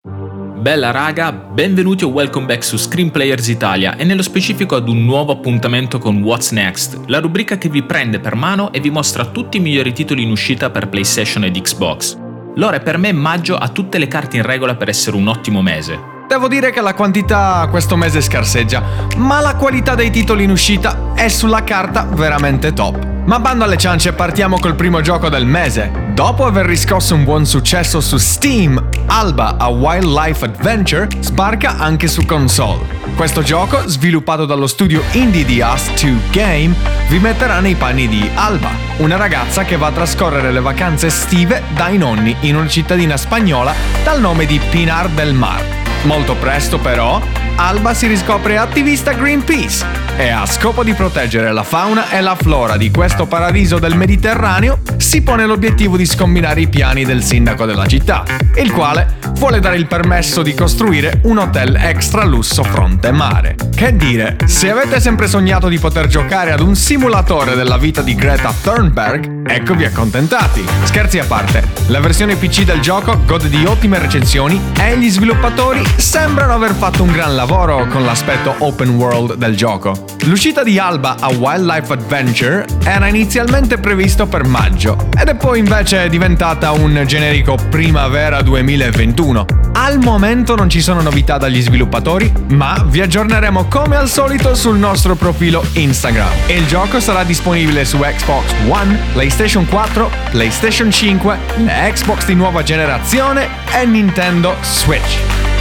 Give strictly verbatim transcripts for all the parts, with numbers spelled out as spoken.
Bella raga, benvenuti o welcome back su Screen Players Italia e nello specifico ad un nuovo appuntamento con What's Next, la rubrica che vi prende per mano e vi mostra tutti i migliori titoli in uscita per PlayStation ed Xbox. L'ora è per me maggio ha tutte le carte in regola per essere un ottimo mese. Devo dire che la quantità questo mese scarseggia, ma la qualità dei titoli in uscita è sulla carta veramente top. Ma bando alle ciance, partiamo col primo gioco del mese. Dopo aver riscosso un buon successo su Steam, Alba: A Wildlife Adventure sbarca anche su console. Questo gioco, sviluppato dallo studio indie di Us due Game, vi metterà nei panni di Alba, una ragazza che va a trascorrere le vacanze estive dai nonni in una cittadina spagnola dal nome di Pinar del Mar. Molto presto, però, Alba si riscopre attivista Greenpeace e a scopo di proteggere la fauna e la flora di questo paradiso del Mediterraneo si pone l'obiettivo di scombinare i piani del sindaco della città, il quale vuole dare il permesso di costruire un hotel extra lusso fronte mare. Che dire, se avete sempre sognato di poter giocare ad un simulatore della vita di Greta Thunberg, eccovi accontentati. Scherzi a parte, la versione P C del gioco gode di ottime recensioni e gli sviluppatori sembrano aver fatto un gran lavoro con l'aspetto open world del gioco. L'uscita di Alba: A Wildlife Adventure era inizialmente previsto per maggio ed è poi invece diventata un generico primavera duemilaventuno. Al momento non ci sono novità dagli sviluppatori, ma vi aggiorneremo come al solito sul nostro profilo Instagram. Il gioco sarà disponibile su Xbox One, PlayStation quattro, PlayStation cinque, le Xbox di nuova generazione e Nintendo Switch.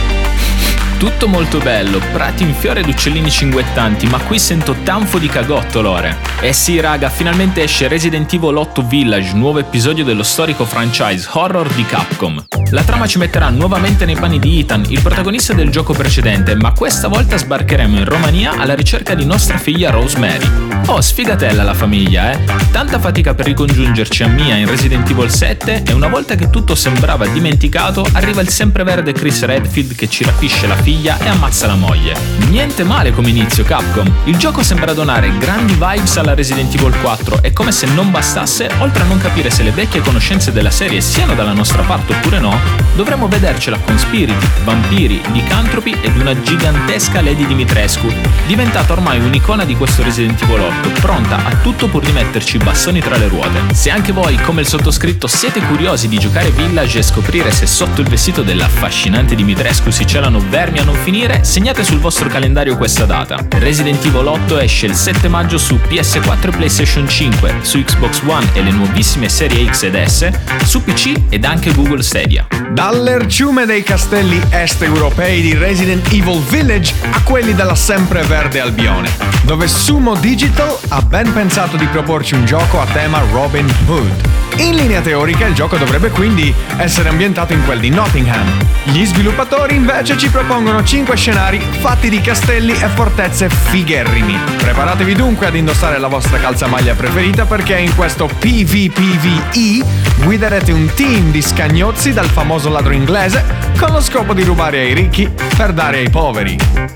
Tutto molto bello, prati in fiore ed uccellini cinguettanti, ma qui sento tanfo di cagotto, Lore. Eh sì raga, finalmente esce Resident Evil otto Village, nuovo episodio dello storico franchise horror di Capcom. La trama ci metterà nuovamente nei panni di Ethan, il protagonista del gioco precedente, ma questa volta sbarcheremo in Romania alla ricerca di nostra figlia Rosemary. Oh, sfigatella la famiglia, eh! Tanta fatica per ricongiungerci a Mia in Resident Evil sette e una volta che tutto sembrava dimenticato, arriva il sempreverde Chris Redfield che ci rapisce la figlia e ammazza la moglie. Niente male come inizio, Capcom. Il gioco sembra donare grandi vibes alla Resident Evil quattro e come se non bastasse, oltre a non capire se le vecchie conoscenze della serie siano dalla nostra parte oppure no, dovremmo vedercela con spiriti, vampiri, licantropi ed una gigantesca Lady Dimitrescu, diventata ormai un'icona di questo Resident Evil otto, pronta a tutto pur di metterci i bastoni tra le ruote. Se anche voi, come il sottoscritto, siete curiosi di giocare Village e scoprire se sotto il vestito dell'affascinante Dimitrescu si celano vermi a non finire, segnate sul vostro calendario questa data. Resident Evil otto esce il sette maggio su P S quattro e PlayStation cinque, su Xbox One e le nuovissime serie X ed S, su P C ed anche Google Stadia. Dall'erciume dei castelli est europei di Resident Evil Village a quelli della sempreverde Albione, dove Sumo Digital ha ben pensato di proporci un gioco a tema Robin Hood. In linea teorica il gioco dovrebbe quindi essere ambientato in quel di Nottingham. Gli sviluppatori invece ci propongono cinque scenari fatti di castelli e fortezze figherrimi. Preparatevi dunque ad indossare la vostra calzamaglia preferita perché in questo P V P V E guiderete un team di scagnozzi dal famoso ladro inglese con lo scopo di rubare ai ricchi per dare ai poveri.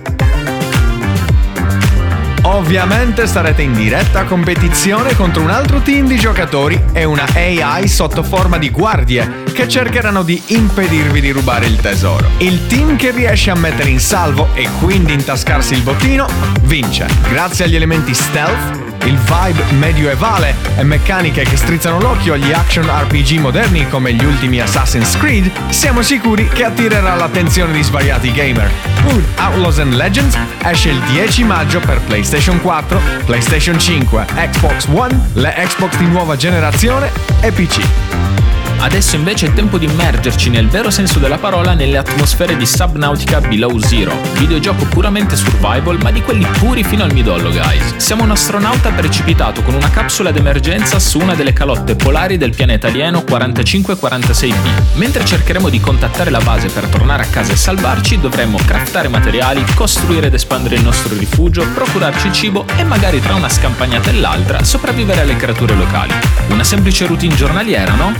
Ovviamente sarete in diretta competizione contro un altro team di giocatori e una A I sotto forma di guardie che cercheranno di impedirvi di rubare il tesoro. Il team che riesce a mettere in salvo e quindi intascarsi il bottino vince. Grazie agli elementi stealth, il vibe medioevale e meccaniche che strizzano l'occhio agli action R P G moderni come gli ultimi Assassin's Creed, siamo sicuri che attirerà l'attenzione di svariati gamer. Hood Outlaws and Legends esce il dieci maggio per PlayStation quattro, PlayStation cinque, Xbox One, le Xbox di nuova generazione e P C. Adesso invece è tempo di immergerci nel vero senso della parola nelle atmosfere di Subnautica Below Zero, videogioco puramente survival ma di quelli puri fino al midollo, guys. Siamo un astronauta precipitato con una capsula d'emergenza su una delle calotte polari del pianeta alieno quarantacinque quarantasei B. Mentre cercheremo di contattare la base per tornare a casa e salvarci, dovremmo craftare materiali, costruire ed espandere il nostro rifugio, procurarci cibo e magari tra una scampagnata e l'altra sopravvivere alle creature locali. Una semplice routine giornaliera, no? Below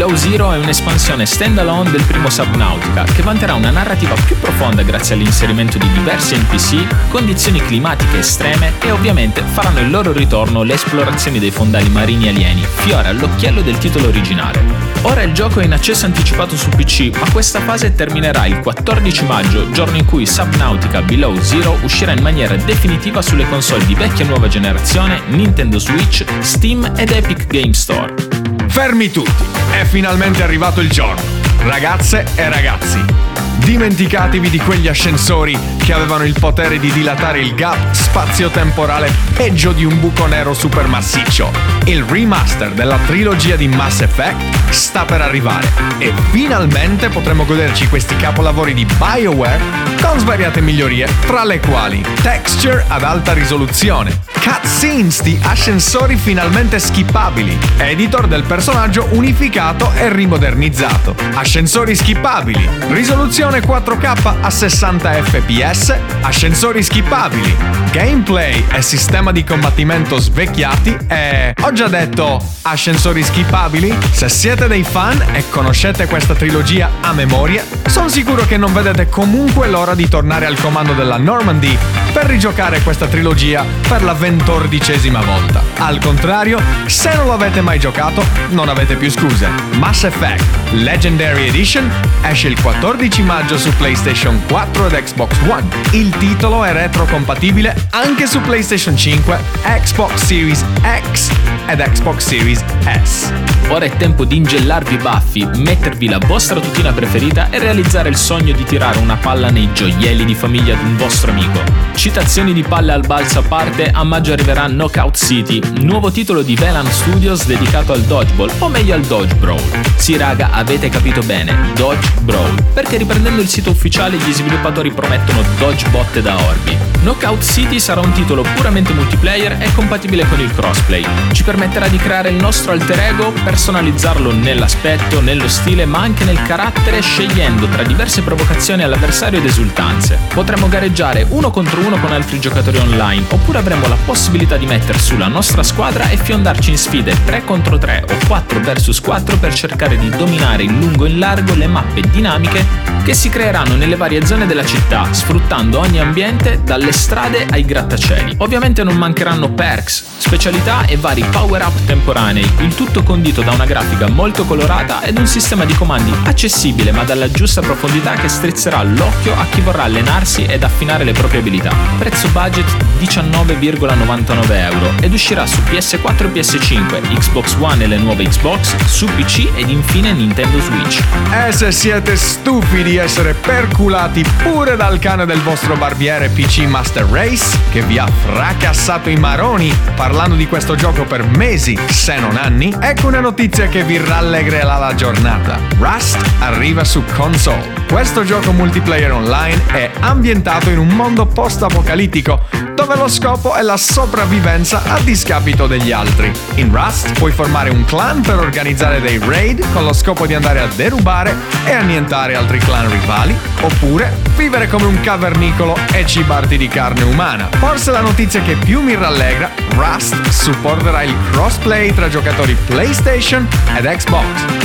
Below Zero è un'espansione standalone del primo Subnautica che vanterà una narrativa più profonda grazie all'inserimento di diversi N P C, condizioni climatiche estreme e ovviamente faranno il loro ritorno le esplorazioni dei fondali marini alieni, fiore all'occhiello del titolo originale. Ora il gioco è in accesso anticipato su P C, ma questa fase terminerà il quattordici maggio, giorno in cui Subnautica Below Zero uscirà in maniera definitiva sulle console di vecchia e nuova generazione, Nintendo Switch, Steam ed Epic Game Store. Fermi tutti, è finalmente arrivato il giorno. Ragazze e ragazzi, dimenticatevi di quegli ascensori che avevano il potere di dilatare il gap spazio-temporale peggio di un buco nero supermassiccio. Il remaster della trilogia di Mass Effect sta per arrivare e finalmente potremo goderci questi capolavori di BioWare con svariate migliorie, tra le quali texture ad alta risoluzione, cutscenes di ascensori finalmente skippabili, editor del personaggio unificato e rimodernizzato, ascensori skippabili, risoluzione quattro K a sessanta F P S, ascensori skippabili, gameplay e sistema di combattimento svecchiati e, ho già detto, ascensori skippabili? Se siete dei fan e conoscete questa trilogia a memoria, sono sicuro che non vedete comunque l'ora di tornare al comando della Normandy per rigiocare questa trilogia per la ventordicesima volta. Al contrario, se non l'avete mai giocato, non avete più scuse. Mass Effect Legendary Edition esce il quattordici maggio su PlayStation quattro ed Xbox One. Il titolo è retrocompatibile anche su PlayStation cinque, Xbox Series X ed Xbox Series S. Ora è tempo di ingellarvi i baffi, mettervi la vostra tutina preferita e realizzare il sogno di tirare una palla nei gioielli di famiglia di un vostro amico. Citazioni di palle al balzo a parte, a maggio arriverà Knockout City, nuovo titolo di Velan Studios dedicato al dodgeball, o meglio al dodge brawl. Sì raga, avete capito bene, dodge brawl, perché riprendendo il sito ufficiale gli sviluppatori promettono dodge botte da orbi. Knockout City sarà un titolo puramente multiplayer e compatibile con il crossplay. Ci permetterà di creare il nostro alter ego, personalizzarlo nell'aspetto, nello stile, ma anche nel carattere, scegliendo tra diverse provocazioni all'avversario ed esultanze. Potremo gareggiare uno contro uno con altri giocatori online, oppure avremo la possibilità di mettere su la nostra squadra e fiondarci in sfide tre contro tre o quattro versus quattro per cercare di dominare in lungo e in largo le mappe dinamiche che si creeranno nelle varie zone della città, sfruttando ogni ambiente dalle strade ai grattacieli. Ovviamente non mancheranno perks, specialità e vari power-up temporanei, il tutto condito da una grafica molto colorata ed un sistema di comandi accessibile ma dalla giusta profondità che strizzerà l'occhio a chi vorrà allenarsi ed affinare le proprie abilità. Prezzo budget diciannove virgola novantanove euro ed uscirà su P S quattro e P S cinque, Xbox One e le nuove Xbox, su P C ed infine Nintendo Switch. E se siete stufi di essere perculati pure dal cane del vostro barbiere P C Master Race, che vi ha fracassato i maroni parlando di questo gioco per mesi, se non anni, ecco una notizia che vi rallegrerà la giornata. Rust arriva su console. Questo gioco multiplayer online è ambientato in un mondo post-apocalittico, dove lo scopo è la sopravvivenza a discapito degli altri. In Rust puoi formare un clan per organizzare dei raid con lo scopo di andare a derubare e annientare altri clan rivali, oppure vivere come un cavernicolo e cibarti di carne umana. Forse la notizia che più mi rallegra, Rust supporterà il crossplay tra giocatori PlayStation ed Xbox.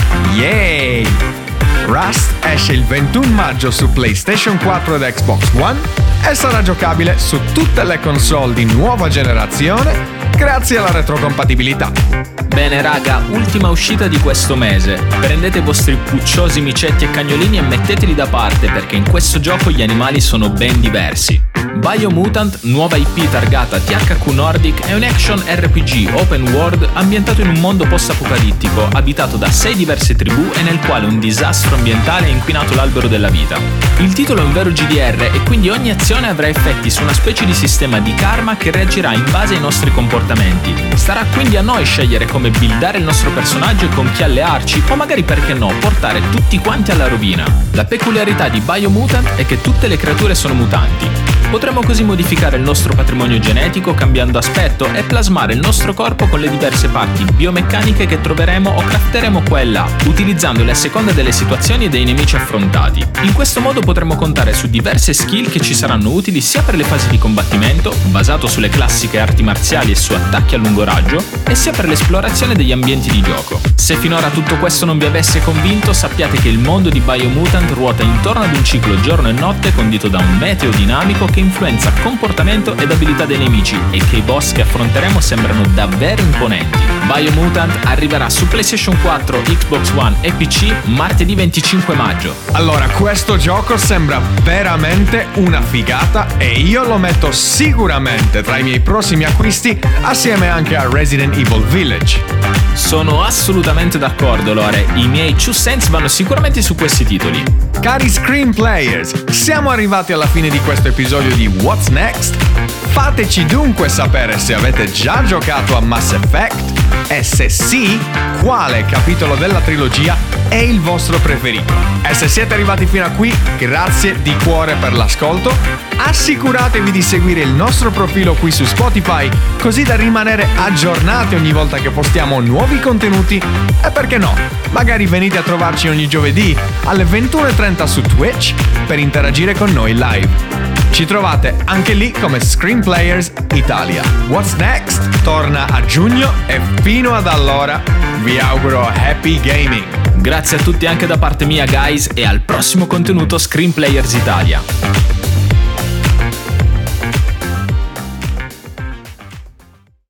Yay! Rust esce il ventuno maggio su PlayStation quattro ed Xbox One e sarà giocabile su tutte le console di nuova generazione grazie alla retrocompatibilità. Bene raga, ultima uscita di questo mese. Prendete i vostri pucciosi micetti e cagnolini e metteteli da parte perché in questo gioco gli animali sono ben diversi. Biomutant, nuova I P targata T H Q Nordic, è un action R P G open world ambientato in un mondo post-apocalittico, abitato da sei diverse tribù e nel quale un disastro ambientale ha inquinato l'albero della vita. Il titolo è un vero G D R e quindi ogni azione avrà effetti su una specie di sistema di karma che reagirà in base ai nostri comportamenti. Starà quindi a noi scegliere come buildare il nostro personaggio e con chi allearci, o magari, perché no, portare tutti quanti alla rovina. La peculiarità di Biomutant è che tutte le creature sono mutanti. Potremo Potremo così modificare il nostro patrimonio genetico cambiando aspetto e plasmare il nostro corpo con le diverse parti biomeccaniche che troveremo o crafteremo qua e là, utilizzandole a seconda delle situazioni e dei nemici affrontati. In questo modo potremo contare su diverse skill che ci saranno utili sia per le fasi di combattimento, basato sulle classiche arti marziali e su attacchi a lungo raggio, e sia per l'esplorazione degli ambienti di gioco. Se finora tutto questo non vi avesse convinto, sappiate che il mondo di Biomutant ruota intorno ad un ciclo giorno e notte condito da un meteo dinamico che influenza comportamento ed abilità dei nemici e che i boss che affronteremo sembrano davvero imponenti. Biomutant arriverà su PlayStation quattro, Xbox One e P C martedì venticinque maggio. Allora, questo gioco sembra veramente una figata e io lo metto sicuramente tra i miei prossimi acquisti assieme anche a Resident Evil Village. Sono assolutamente d'accordo, Lore, i miei two cents vanno sicuramente su questi titoli. Cari Screen Players, siamo arrivati alla fine di questo episodio di What's Next? Fateci dunque sapere se avete già giocato a Mass Effect e se sì, quale capitolo della trilogia è il vostro preferito. E se siete arrivati fino a qui, grazie di cuore per l'ascolto. Assicuratevi di seguire il nostro profilo qui su Spotify, così da rimanere aggiornati ogni volta che postiamo nuovi contenuti. E perché no, magari venite a trovarci ogni giovedì alle ventuno e trenta su Twitch per interagire con noi live. Ci trovate anche lì come Screen Players Italia. What's Next torna a giugno e fino ad allora vi auguro happy gaming. Grazie a tutti anche da parte mia, guys, e al prossimo contenuto Screen Players Italia.